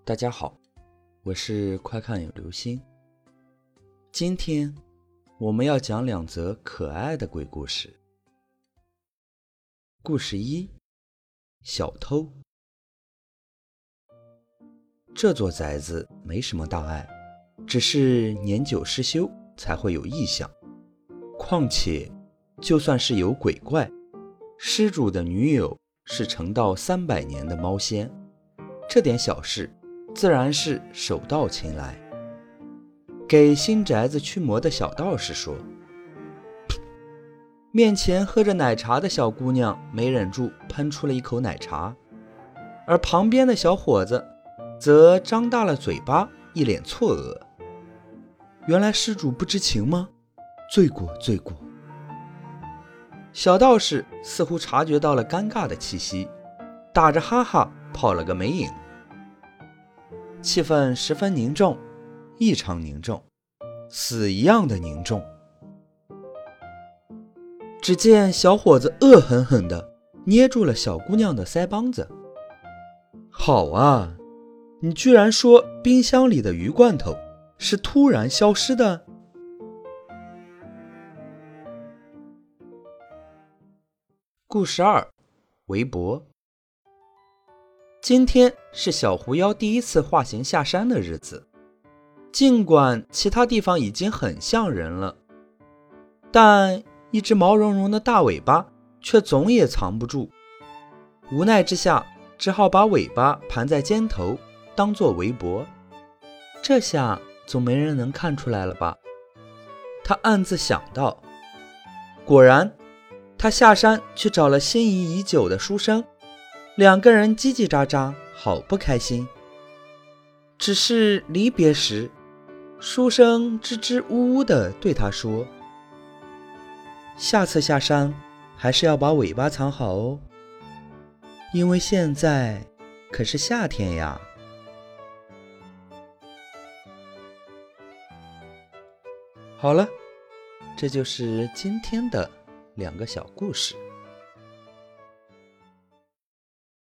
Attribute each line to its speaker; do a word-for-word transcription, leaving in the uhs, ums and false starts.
Speaker 1: 大家好，我是快看有流星。今天我们要讲两则可爱的鬼故事。故事一：小偷。这座宅子没什么大碍，只是年久失修才会有异象。况且就算是有鬼怪，失主的女友是成道三百年的猫仙，这点小事自然是手到擒来。给新宅子驱魔的小道士说，面前喝着奶茶的小姑娘没忍住喷出了一口奶茶，而旁边的小伙子则张大了嘴巴，一脸错愕。原来施主不知情吗？罪过罪过。小道士似乎察觉到了尴尬的气息，打着哈哈跑了个没影。气氛十分凝重，异常凝重，死一样的凝重。只见小伙子恶狠狠地捏住了小姑娘的腮帮子。好啊，你居然说冰箱里的鱼罐头是突然消失的？故事二：围脖。今天是小狐妖第一次化形下山的日子，尽管其他地方已经很像人了，但一只毛茸茸的大尾巴却总也藏不住。无奈之下，只好把尾巴盘在肩头当作围脖，这下总没人能看出来了吧？他暗自想到。果然，他下山去找了心仪已久的书生，两个人叽叽喳喳，好不开心。只是离别时，书生支支吾吾地对他说，下次下山还是要把尾巴藏好哦，因为现在可是夏天呀。好了，这就是今天的两个小故事。